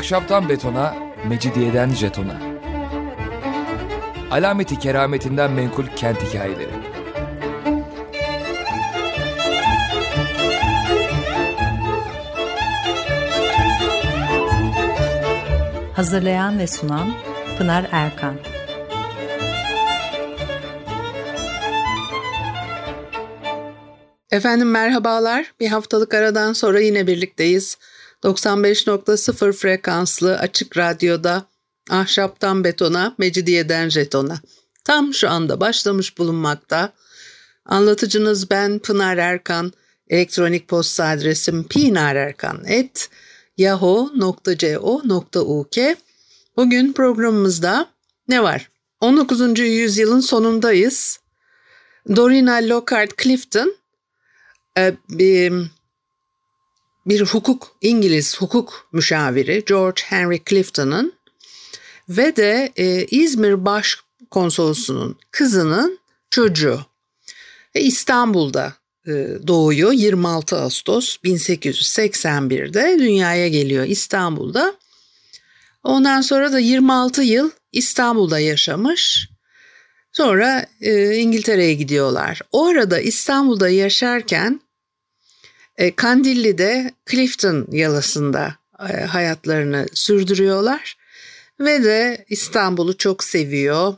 Ahşaptan betona, mecidiyeden jetona. Alameti kerametinden menkul kent hikayeleri. Hazırlayan ve sunan Pınar Erkan. Efendim merhabalar. Bir haftalık aradan sonra yine birlikteyiz. 95.0 frekanslı açık radyoda ahşaptan betona, mecidiyeden jetona. Tam şu anda başlamış bulunmakta. Anlatıcınız ben Pınar Erkan. Elektronik posta adresim pinarerkan@yahoo.co.uk. Bugün programımızda ne var? 19. yüzyılın sonundayız. Dorina Lockhart Clifton bir İngiliz hukuk müşaviri George Henry Clifton'ın ve de İzmir Başkonsolosu'nun kızının çocuğu. İstanbul'da doğuyor. 26 Ağustos 1881'de dünyaya geliyor İstanbul'da. Ondan sonra da 26 yıl İstanbul'da yaşamış. Sonra İngiltere'ye gidiyorlar. O arada İstanbul'da yaşarken Kandilli'de Clifton yalasında hayatlarını sürdürüyorlar. Ve de İstanbul'u çok seviyor.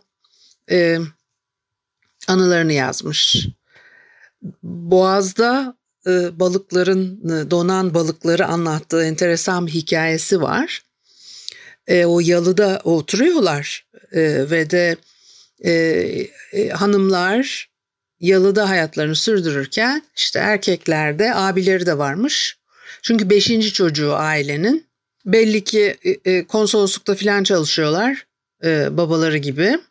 Anılarını yazmış. Boğaz'da donan balıkları anlattığı enteresan bir hikayesi var. O yalıda oturuyorlar ve de hanımlar yalıda hayatlarını sürdürürken işte erkekler de abileri de varmış. Çünkü 5. çocuğu ailenin. Belli ki konsoloslukta falan çalışıyorlar babaları gibi.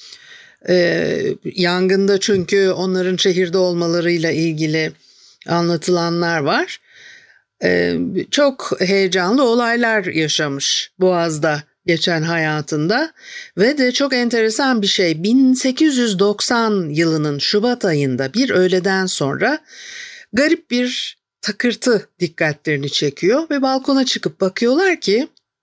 Yangında çünkü onların şehirde olmalarıyla ilgili anlatılanlar var. Çok heyecanlı olaylar yaşamış Boğaz'da geçen hayatında ve de çok enteresan bir şey 1890 yılının Şubat ayında bir öğleden sonra garip bir takırtı dikkatlerini çekiyor ve balkona çıkıp bakıyorlar ki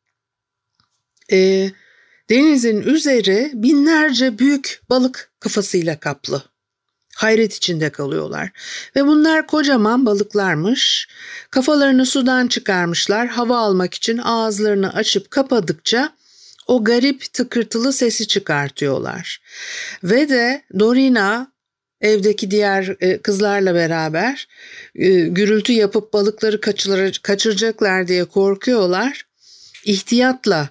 denizin üzeri binlerce büyük balık kafasıyla kaplı. Hayret içinde kalıyorlar ve bunlar kocaman balıklarmış. Kafalarını sudan çıkarmışlar, hava almak için ağızlarını açıp kapadıkça o garip tıkırtılı sesi çıkartıyorlar. Ve de Dorina evdeki diğer kızlarla beraber gürültü yapıp balıkları kaçıracaklar diye korkuyorlar. İhtiyatla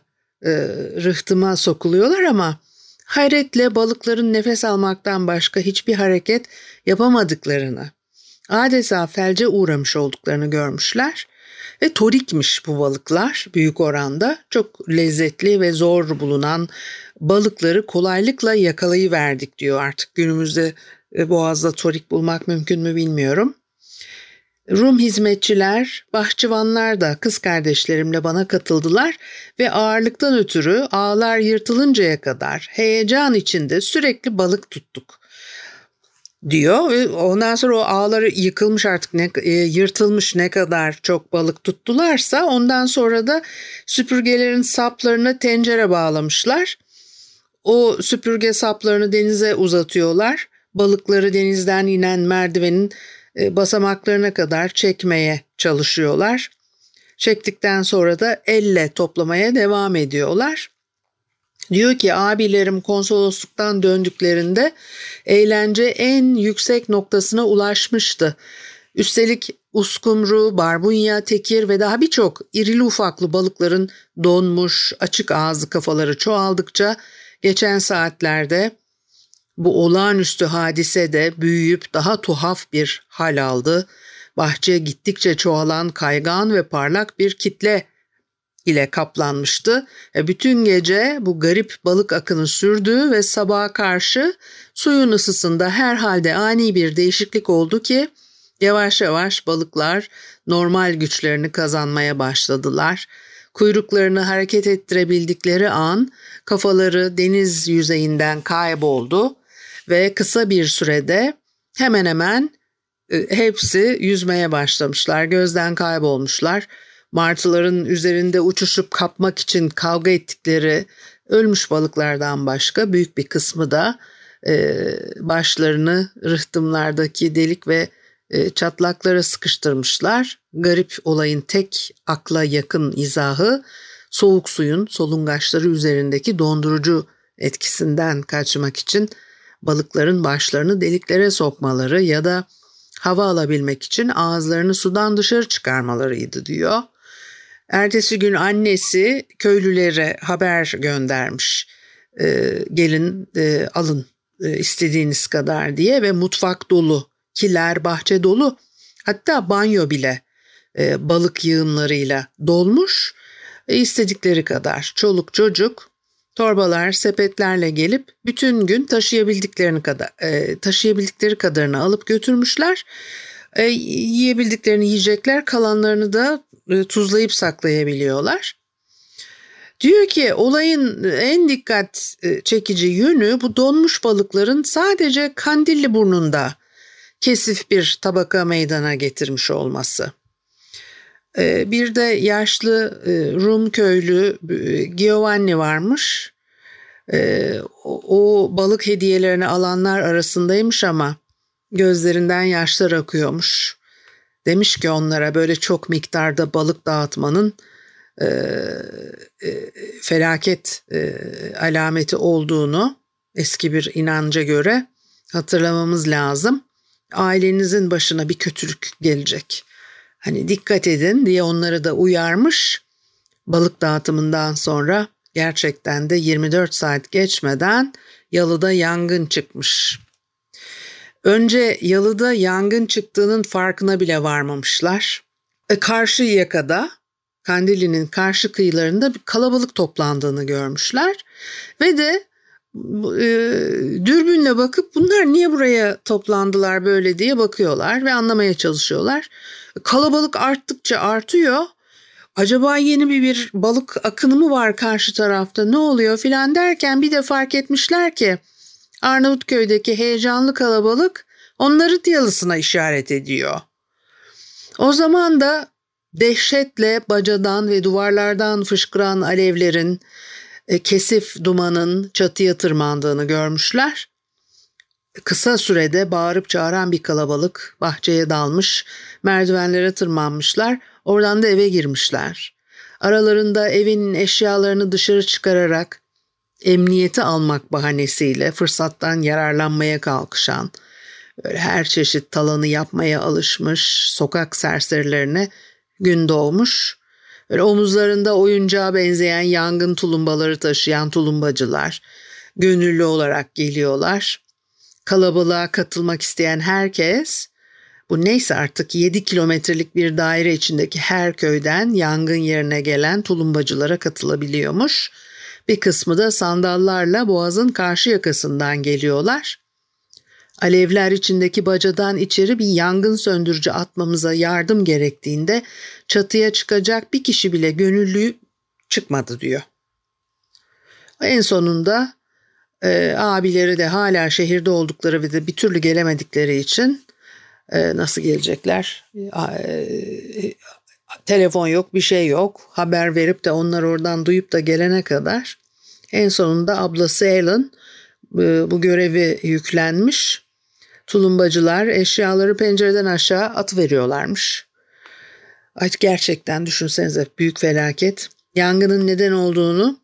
rıhtıma sokuluyorlar ama hayretle balıkların nefes almaktan başka hiçbir hareket yapamadıklarını, adeta felce uğramış olduklarını görmüşler. Ve torikmiş bu balıklar büyük oranda. Çok lezzetli ve zor bulunan balıkları kolaylıkla yakalayıverdik diyor. Artık günümüzde Boğaz'da torik bulmak mümkün mü bilmiyorum. Rum hizmetçiler, bahçıvanlar da kız kardeşlerimle bana katıldılar ve ağırlıktan ötürü ağlar yırtılıncaya kadar heyecan içinde sürekli balık tuttuk diyor. Ve ondan sonra o ağları yıkılmış artık yırtılmış ne kadar çok balık tuttularsa ondan sonra da süpürgelerin saplarına tencere bağlamışlar. O süpürge saplarını denize uzatıyorlar. Balıkları denizden inen merdivenin basamaklarına kadar çekmeye çalışıyorlar. Çektikten sonra da elle toplamaya devam ediyorlar. Diyor ki abilerim konsolosluktan döndüklerinde eğlence en yüksek noktasına ulaşmıştı. Üstelik uskumru, barbunya, tekir ve daha birçok irili ufaklı balıkların donmuş açık ağızlı kafaları çoğaldıkça geçen saatlerde bu olağanüstü hadise de büyüyüp daha tuhaf bir hal aldı. Bahçe gittikçe çoğalan kaygan ve parlak bir kitle ile kaplanmıştı. Bütün gece bu garip balık akını sürdü ve sabaha karşı suyun ısısında herhalde ani bir değişiklik oldu ki yavaş yavaş balıklar normal güçlerini kazanmaya başladılar. Kuyruklarını hareket ettirebildikleri an kafaları deniz yüzeyinden kayboldu ve kısa bir sürede hemen hemen hepsi yüzmeye başlamışlar, gözden kaybolmuşlar. martıların üzerinde uçuşup kapmak için kavga ettikleri ölmüş balıklardan başka büyük bir kısmı da başlarını rıhtımlardaki delik ve çatlaklara sıkıştırmışlar. Garip olayın tek akla yakın izahı soğuk suyun solungaçları üzerindeki dondurucu etkisinden kaçmak için balıkların başlarını deliklere sokmaları ya da hava alabilmek için ağızlarını sudan dışarı çıkarmalarıydı diyor. Ertesi gün annesi köylülere haber göndermiş. Gelin alın istediğiniz kadar diye ve mutfak dolu, kiler, bahçe dolu, hatta banyo bile balık yığınlarıyla dolmuş. İstedikleri kadar çoluk çocuk torbalar, sepetlerle gelip bütün gün taşıyabildikleri kadarını alıp götürmüşler. Yiyebildiklerini yiyecekler, kalanlarını da tuzlayıp saklayabiliyorlar. Diyor ki olayın en dikkat çekici yönü bu donmuş balıkların sadece Kandilliburnu'nda kesif bir tabaka meydana getirmiş olması. Bir de yaşlı Rum köylü Giovanni varmış. O balık hediyelerini alanlar arasındaymış ama gözlerinden yaşlar akıyormuş. Demiş ki onlara böyle çok miktarda balık dağıtmanın felaket alameti olduğunu eski bir inanca göre hatırlamamız lazım. Ailenizin başına bir kötülük gelecek. Hani dikkat edin diye onları da uyarmış. Balık dağıtımından sonra gerçekten de 24 saat geçmeden yalıda yangın çıkmış. Önce yalıda yangın çıktığının farkına bile varmamışlar. Karşı yakada, Kandilli'nin karşı kıyılarında bir kalabalık toplandığını görmüşler. Ve de dürbünle bakıp bunlar niye buraya toplandılar böyle diye bakıyorlar ve anlamaya çalışıyorlar. Kalabalık arttıkça artıyor. Acaba yeni bir balık akını mı var karşı tarafta, ne oluyor filan derken bir de fark etmişler ki Arnavutköy'deki heyecanlı kalabalık onların yalısına işaret ediyor. O zaman da dehşetle bacadan ve duvarlardan fışkıran alevlerin, kesif dumanın çatıya tırmandığını görmüşler. Kısa sürede bağırıp çağıran bir kalabalık bahçeye dalmış, merdivenlere tırmanmışlar, oradan da eve girmişler. Aralarında evin eşyalarını dışarı çıkararak emniyeti almak bahanesiyle fırsattan yararlanmaya kalkışan, böyle her çeşit talanı yapmaya alışmış sokak serserilerine gün doğmuş. Böyle omuzlarında oyuncağa benzeyen yangın tulumbaları taşıyan tulumbacılar gönüllü olarak geliyorlar. Kalabalığa katılmak isteyen herkes, bu neyse artık 7 kilometrelik bir daire içindeki her köyden yangın yerine gelen tulumbacılara katılabiliyormuş. Bir kısmı da sandallarla boğazın karşı yakasından geliyorlar. Alevler içindeki bacadan içeri bir yangın söndürücü atmamıza yardım gerektiğinde çatıya çıkacak bir kişi bile gönüllü çıkmadı diyor. En sonunda abileri de hala şehirde oldukları ve de bir türlü gelemedikleri için nasıl gelecekler? Telefon yok, bir şey yok. Haber verip de onlar oradan duyup da gelene kadar en sonunda ablası Ellen bu görevi yüklenmiş. Tulumbacılar eşyaları pencereden aşağı atıveriyorlarmış. Gerçekten düşünsenize, büyük felaket. Yangının neden olduğunu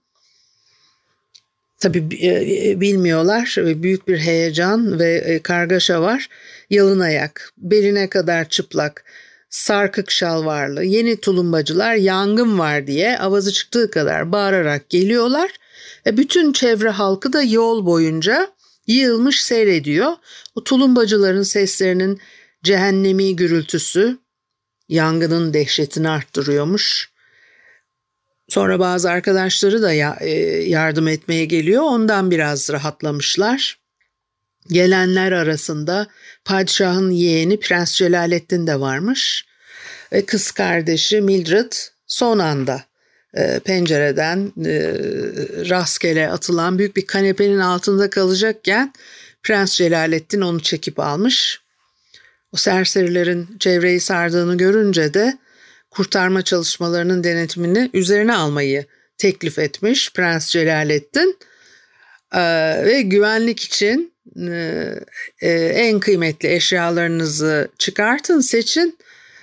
tabii bilmiyorlar. Büyük bir heyecan ve kargaşa var. Yalın ayak, beline kadar çıplak, sarkık şalvarlı yeni tulumbacılar yangın var diye avazı çıktığı kadar bağırarak geliyorlar. Bütün çevre halkı da yol boyunca yığılmış seyrediyor. O tulumbacıların seslerinin cehennemi gürültüsü yangının dehşetini arttırıyormuş. Sonra bazı arkadaşları da yardım etmeye geliyor. Ondan biraz rahatlamışlar. Gelenler arasında padişahın yeğeni Prens Celalettin de varmış. Ve kız kardeşi Mildred son anda pencereden rastgele atılan büyük bir kanepenin altında kalacakken Prens Celalettin onu çekip almış. O serserilerin çevreyi sardığını görünce de kurtarma çalışmalarının denetimini üzerine almayı teklif etmiş Prens Celalettin. Ve güvenlik için en kıymetli eşyalarınızı çıkartın, seçin,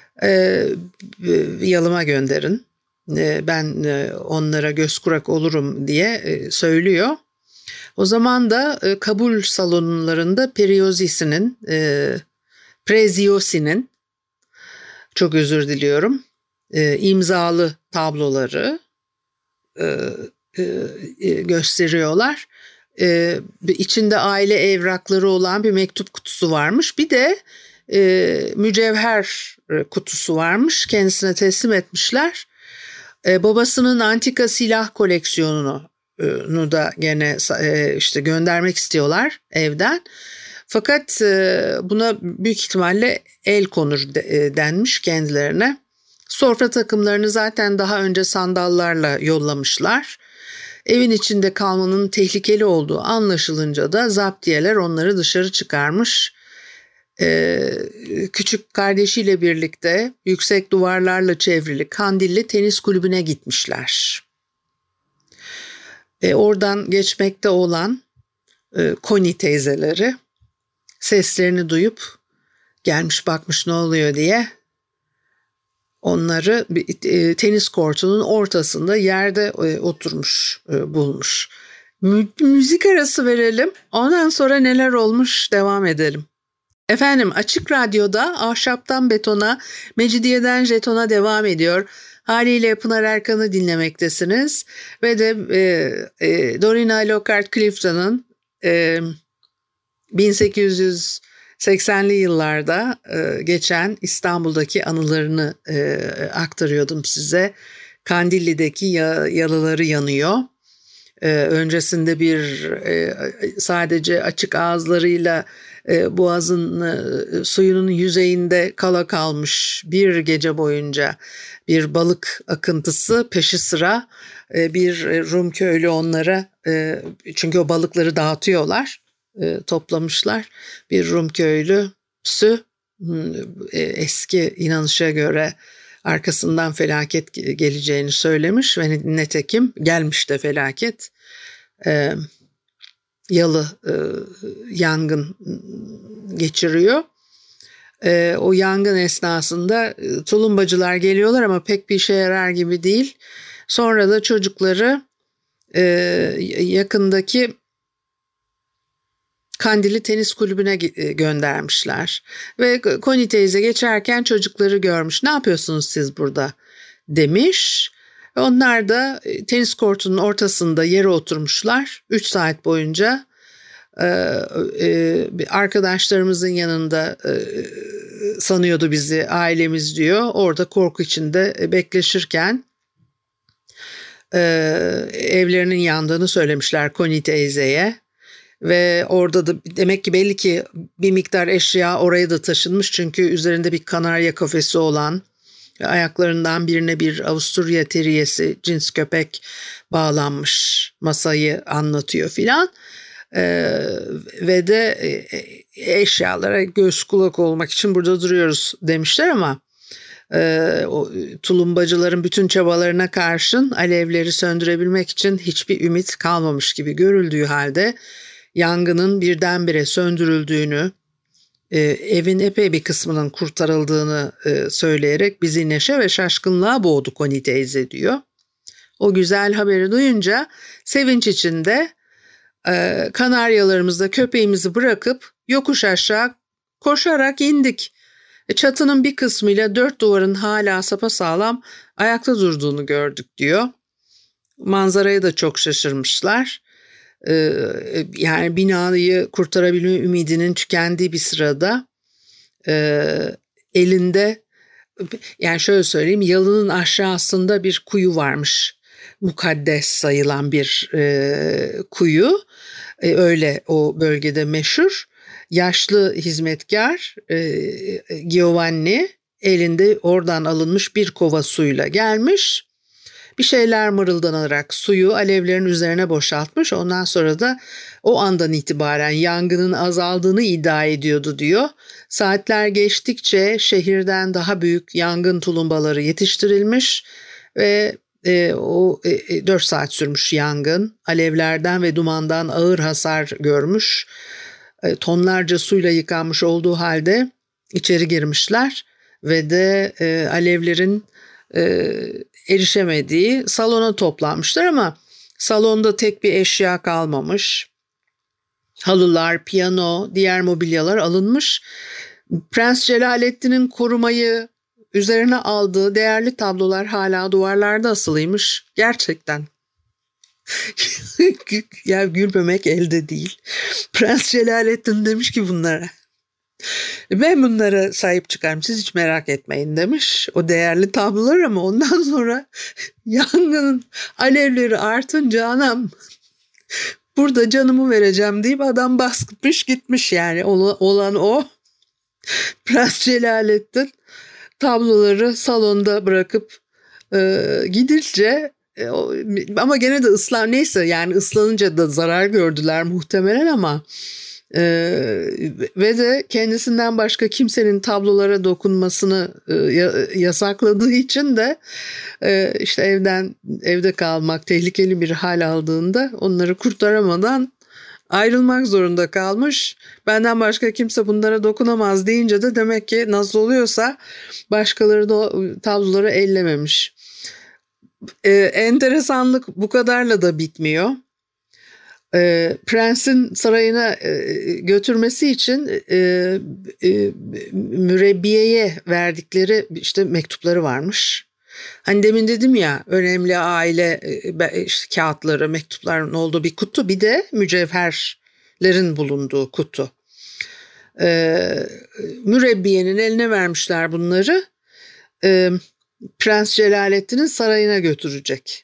yalıma gönderin. Ben onlara göz kulak olurum diye söylüyor. O zaman da kabul salonlarında Preziosi'nin, çok özür diliyorum, imzalı tabloları gösteriyorlar. İçinde aile evrakları olan bir mektup kutusu varmış. Bir de mücevher kutusu varmış. Kendisine teslim etmişler. Babasının antika silah koleksiyonunu da gene işte göndermek istiyorlar evden. Fakat buna büyük ihtimalle el konur denmiş kendilerine. Sofra takımlarını zaten daha önce sandallarla yollamışlar. Evin içinde kalmanın tehlikeli olduğu anlaşılınca da zaptiyeler onları dışarı çıkarmış. Küçük kardeşiyle birlikte yüksek duvarlarla çevrili Kandilli Tenis Kulübü'ne gitmişler. Oradan geçmekte olan Connie teyzeleri seslerini duyup gelmiş bakmış ne oluyor diye onları tenis kortunun ortasında yerde oturmuş bulmuş. Müzik arası verelim. Ondan sonra neler olmuş devam edelim. Efendim, Açık Radyo'da Ahşaptan Betona, Mecidiyeden Jeton'a devam ediyor. Haliyle Pınar Erkan'ı dinlemektesiniz. Ve de Dorina Lockhart Clifton'ın 1880'li yıllarda geçen İstanbul'daki anılarını aktarıyordum size. Kandilli'deki yalıları yanıyor. Öncesinde sadece açık ağızlarıyla boğazın suyunun yüzeyinde kala kalmış bir gece boyunca bir balık akıntısı, peşi sıra bir Rum köylü onlara, çünkü o balıkları dağıtıyorlar, toplamışlar. Bir Rum köylüsü eski inanışa göre arkasından felaket geleceğini söylemiş ve nitekim gelmiş de felaket. Yalı yangın geçiriyor. O yangın esnasında tulumbacılar geliyorlar ama pek bir işe yarar gibi değil. Sonra da çocukları yakındaki Kandilli Tenis Kulübü'ne göndermişler. Ve Connie teyze geçerken çocukları görmüş. Ne yapıyorsunuz siz burada demiş. Onlar da tenis kortunun ortasında yere oturmuşlar. 3 saat boyunca arkadaşlarımızın yanında sanıyordu bizi, ailemiz diyor. Orada korku içinde bekleşirken evlerinin yandığını söylemişler Connie teyzeye. Ve orada da demek ki belli ki bir miktar eşya oraya da taşınmış. Çünkü üzerinde bir kanarya kafesi olan, ayaklarından birine bir Avusturya teriyesi, cins köpek bağlanmış, masayı anlatıyor filan. Ve de eşyalara göz kulak olmak için burada duruyoruz demişler ama o tulumbacıların bütün çabalarına karşın alevleri söndürebilmek için hiçbir ümit kalmamış gibi görüldüğü halde yangının birdenbire söndürüldüğünü, evin epey bir kısmının kurtarıldığını söyleyerek bizi neşe ve şaşkınlığa boğdu Connie teyze diyor. O güzel haberi duyunca sevinç içinde kanaryalarımızla köpeğimizi bırakıp yokuş aşağı koşarak indik. Çatının bir kısmıyla 4 duvarın hala sapasağlam ayakta durduğunu gördük diyor. Manzaraya da çok şaşırmışlar. Yani binayı kurtarabilme ümidinin tükendiği bir sırada elinde, yani şöyle söyleyeyim, yalının aşağısında bir kuyu varmış. Mukaddes sayılan bir kuyu. Öyle o bölgede meşhur. Yaşlı hizmetkar Giovanni elinde oradan alınmış bir kova suyla gelmiş. bir şeyler mırıldanarak suyu alevlerin üzerine boşaltmış. Ondan sonra da o andan itibaren yangının azaldığını iddia ediyordu diyor. Saatler geçtikçe şehirden daha büyük yangın tulumbaları yetiştirilmiş ve 4 saat sürmüş yangın. Alevlerden ve dumandan ağır hasar görmüş. Tonlarca suyla yıkanmış olduğu halde içeri girmişler ve de alevlerin erişemediği salona toplanmışlar ama salonda tek bir eşya kalmamış. Halılar, piyano, diğer mobilyalar alınmış. Prens Celalettin'in korumayı üzerine aldığı değerli tablolar hala duvarlarda asılıymış. Gerçekten. Ya gülmemek elde değil. Prens Celalettin demiş ki bunlara. Ben bunlara sahip çıkarım, siz hiç merak etmeyin demiş. O değerli tablolar ama ondan sonra yangının alevleri artınca anam burada canımı vereceğim deyip adam basmış gitmiş yani. Olan o. Prens Celalettin tabloları salonda bırakıp gidince ama gene de neyse yani ıslanınca da zarar gördüler muhtemelen ama ve de kendisinden başka kimsenin tablolara dokunmasını yasakladığı için de işte evde kalmak tehlikeli bir hal aldığında onları kurtaramadan ayrılmak zorunda kalmış. Benden başka kimse bunlara dokunamaz deyince de demek ki nasıl oluyorsa başkaları da o tabloları ellememiş. Enteresanlık bu kadarla da bitmiyor. Prensin sarayına götürmesi için mürebbiyeye verdikleri işte mektupları varmış. Hani demin dedim ya önemli aile işte kağıtları, mektupların olduğu bir kutu, bir de mücevherlerin bulunduğu kutu. Mürebbiyenin eline vermişler bunları. Prens Celalettin'in sarayına götürecek.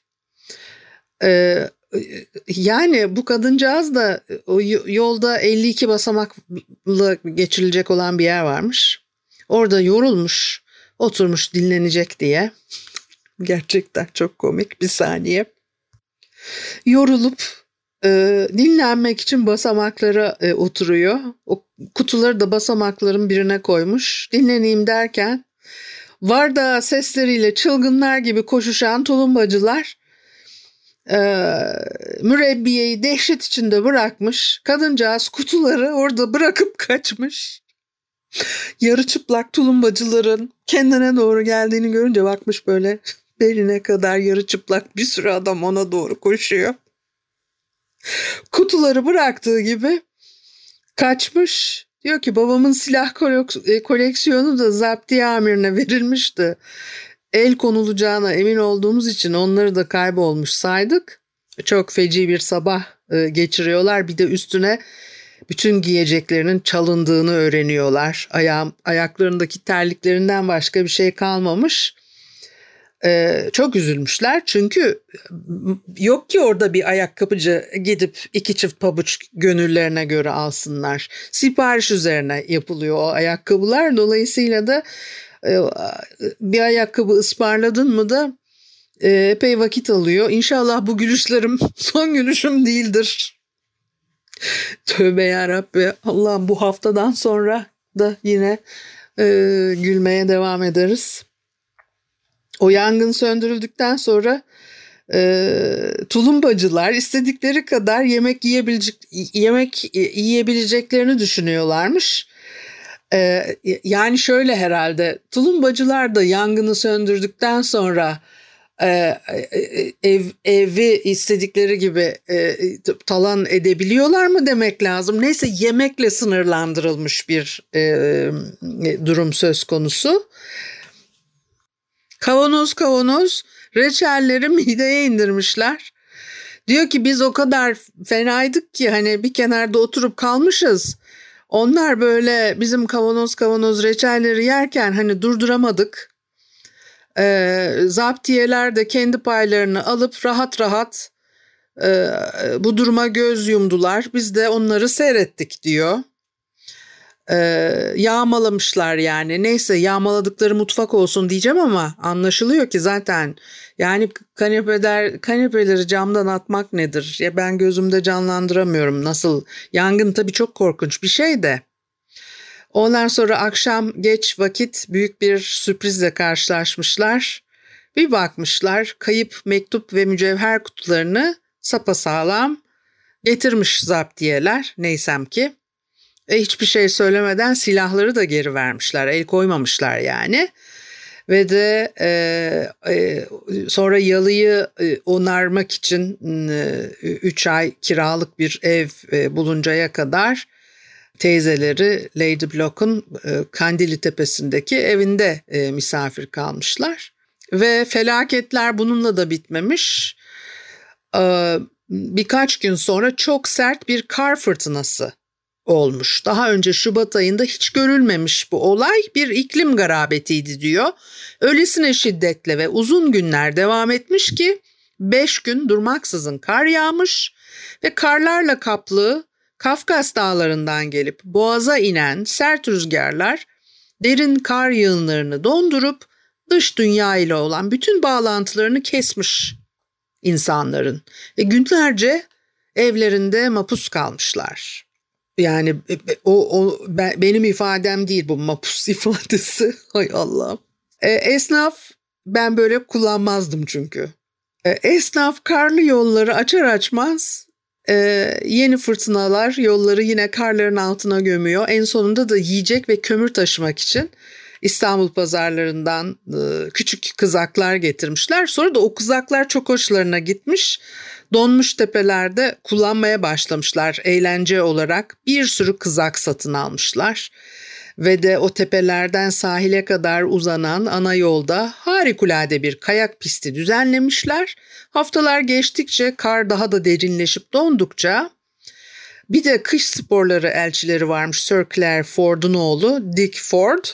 Yani bu kadıncağız da o yolda 52 basamakla geçirilecek olan bir yer varmış. Orada yorulmuş, oturmuş dinlenecek diye. Gerçekten çok komik bir saniye. Yorulup dinlenmek için basamaklara oturuyor. O kutuları da basamakların birine koymuş. Dinleneyim derken Varda sesleriyle çılgınlar gibi koşuşan tulumbacılar mürebbiyeyi dehşet içinde bırakmış. Kadıncağız kutuları orada bırakıp kaçmış. Yarı çıplak tulumbacıların kendine doğru geldiğini görünce bakmış böyle beline kadar yarı çıplak bir sürü adam ona doğru koşuyor. Kutuları bıraktığı gibi kaçmış. Diyor ki babamın silah koleksiyonu da zaptiye amirine verilmişti. El konulacağına emin olduğumuz için onları da kaybolmuş saydık. Çok feci bir sabah geçiriyorlar. Bir de üstüne bütün giyeceklerinin çalındığını öğreniyorlar. Ayaklarındaki terliklerinden başka bir şey kalmamış. Çok üzülmüşler çünkü yok ki orada bir ayakkabıcı gidip 2 çift pabuç gönüllerine göre alsınlar. Sipariş üzerine yapılıyor o ayakkabılar. Dolayısıyla da bir ayakkabı ısmarladın mı da epey vakit alıyor. İnşallah bu gülüşlerim son gülüşüm değildir. Tövbe yarabbi. Allah'ım bu haftadan sonra da yine gülmeye devam ederiz. O yangın söndürüldükten sonra tulumbacılar istedikleri kadar yemek yiyebileceklerini düşünüyorlarmış. Yani şöyle herhalde tulumbacılar da yangını söndürdükten sonra evi istedikleri gibi talan edebiliyorlar mı demek lazım. Neyse yemekle sınırlandırılmış bir durum söz konusu. Kavanoz reçelleri mideye indirmişler. Diyor ki biz o kadar fenaydık ki hani bir kenarda oturup kalmışız. Onlar böyle bizim kavanoz reçelleri yerken hani durduramadık. Zaptiyeler de kendi paylarını alıp rahat rahat bu duruma göz yumdular. Biz de onları seyrettik diyor. Yağmalamışlar yani. Neyse, yağmaladıkları mutfak olsun diyeceğim ama anlaşılıyor ki zaten yani kanepeleri camdan atmak nedir? Ya ben gözümde canlandıramıyorum nasıl. Yangın tabii çok korkunç bir şey de. Ondan sonra akşam geç vakit büyük bir sürprizle karşılaşmışlar. Bir bakmışlar, kayıp mektup ve mücevher kutularını sapasağlam getirmiş zaptiyeler, neysem ki. Hiçbir şey söylemeden silahları da geri vermişler, el koymamışlar yani. Ve de sonra yalıyı onarmak için 3 ay kiralık bir ev buluncaya kadar teyzeleri Lady Block'un Kandili Tepesi'ndeki evinde misafir kalmışlar. Ve felaketler bununla da bitmemiş. Birkaç gün sonra çok sert bir kar fırtınası olmuş. Daha önce Şubat ayında hiç görülmemiş bu olay bir iklim garabetiydi diyor. Öylesine şiddetle ve uzun günler devam etmiş ki 5 gün durmaksızın kar yağmış ve karlarla kaplı Kafkas dağlarından gelip boğaza inen sert rüzgarlar derin kar yığınlarını dondurup dış dünya ile olan bütün bağlantılarını kesmiş insanların ve günlerce evlerinde mapus kalmışlar. Yani benim ifadem değil bu mapus ifadesi. Hay Allah'ım. Esnaf, ben böyle kullanmazdım çünkü. Esnaf karlı yolları açar açmaz yeni fırtınalar yolları yine karların altına gömüyor. En sonunda da yiyecek ve kömür taşımak için İstanbul pazarlarından küçük kızaklar getirmişler. Sonra da o kızaklar çok hoşlarına gitmiş. Donmuş tepelerde kullanmaya başlamışlar eğlence olarak. Bir sürü kızak satın almışlar. Ve de o tepelerden sahile kadar uzanan ana yolda harikulade bir kayak pisti düzenlemişler. Haftalar geçtikçe kar daha da derinleşip dondukça bir de kış sporları elçileri varmış. Sir Clare Ford'un oğlu Dick Ford.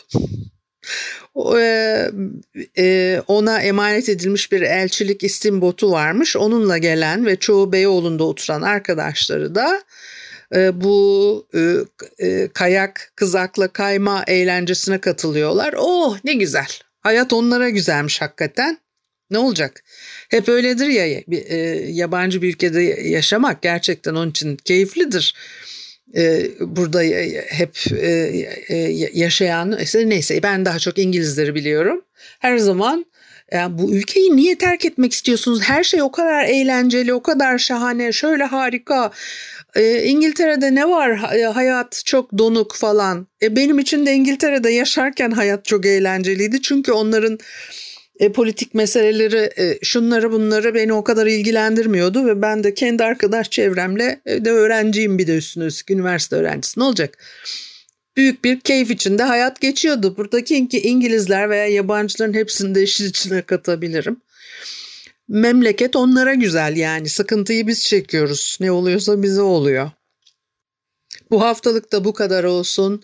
Ona emanet edilmiş bir elçilik istimbotu varmış. Onunla gelen ve çoğu Beyoğlu'nda oturan arkadaşları da bu kayak, kızakla kayma eğlencesine katılıyorlar. Oh ne güzel. Hayat onlara güzelmiş hakikaten. Ne olacak? Hep öyledir ya, yabancı bir ülkede yaşamak gerçekten onun için keyiflidir. Burada hep yaşayan neyse ben daha çok İngilizleri biliyorum. Her zaman yani bu ülkeyi niye terk etmek istiyorsunuz? Her şey o kadar eğlenceli, o kadar şahane, şöyle harika. İngiltere'de ne var? Hayat çok donuk falan. Benim için de İngiltere'de yaşarken hayat çok eğlenceliydi. Çünkü onların politik meseleleri, şunları bunları beni o kadar ilgilendirmiyordu ve ben de kendi arkadaş çevremle de öğrenciyim, bir de üstüne üstlük üniversite öğrencisi, ne olacak? Büyük bir keyif içinde hayat geçiyordu. Buradaki İngilizler veya yabancıların hepsini de işin içine katabilirim. Memleket onlara güzel yani, sıkıntıyı biz çekiyoruz. Ne oluyorsa bize oluyor. Bu haftalık da bu kadar olsun.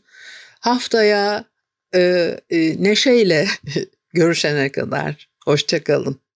Haftaya neşeyle görüşene kadar hoşça kalın.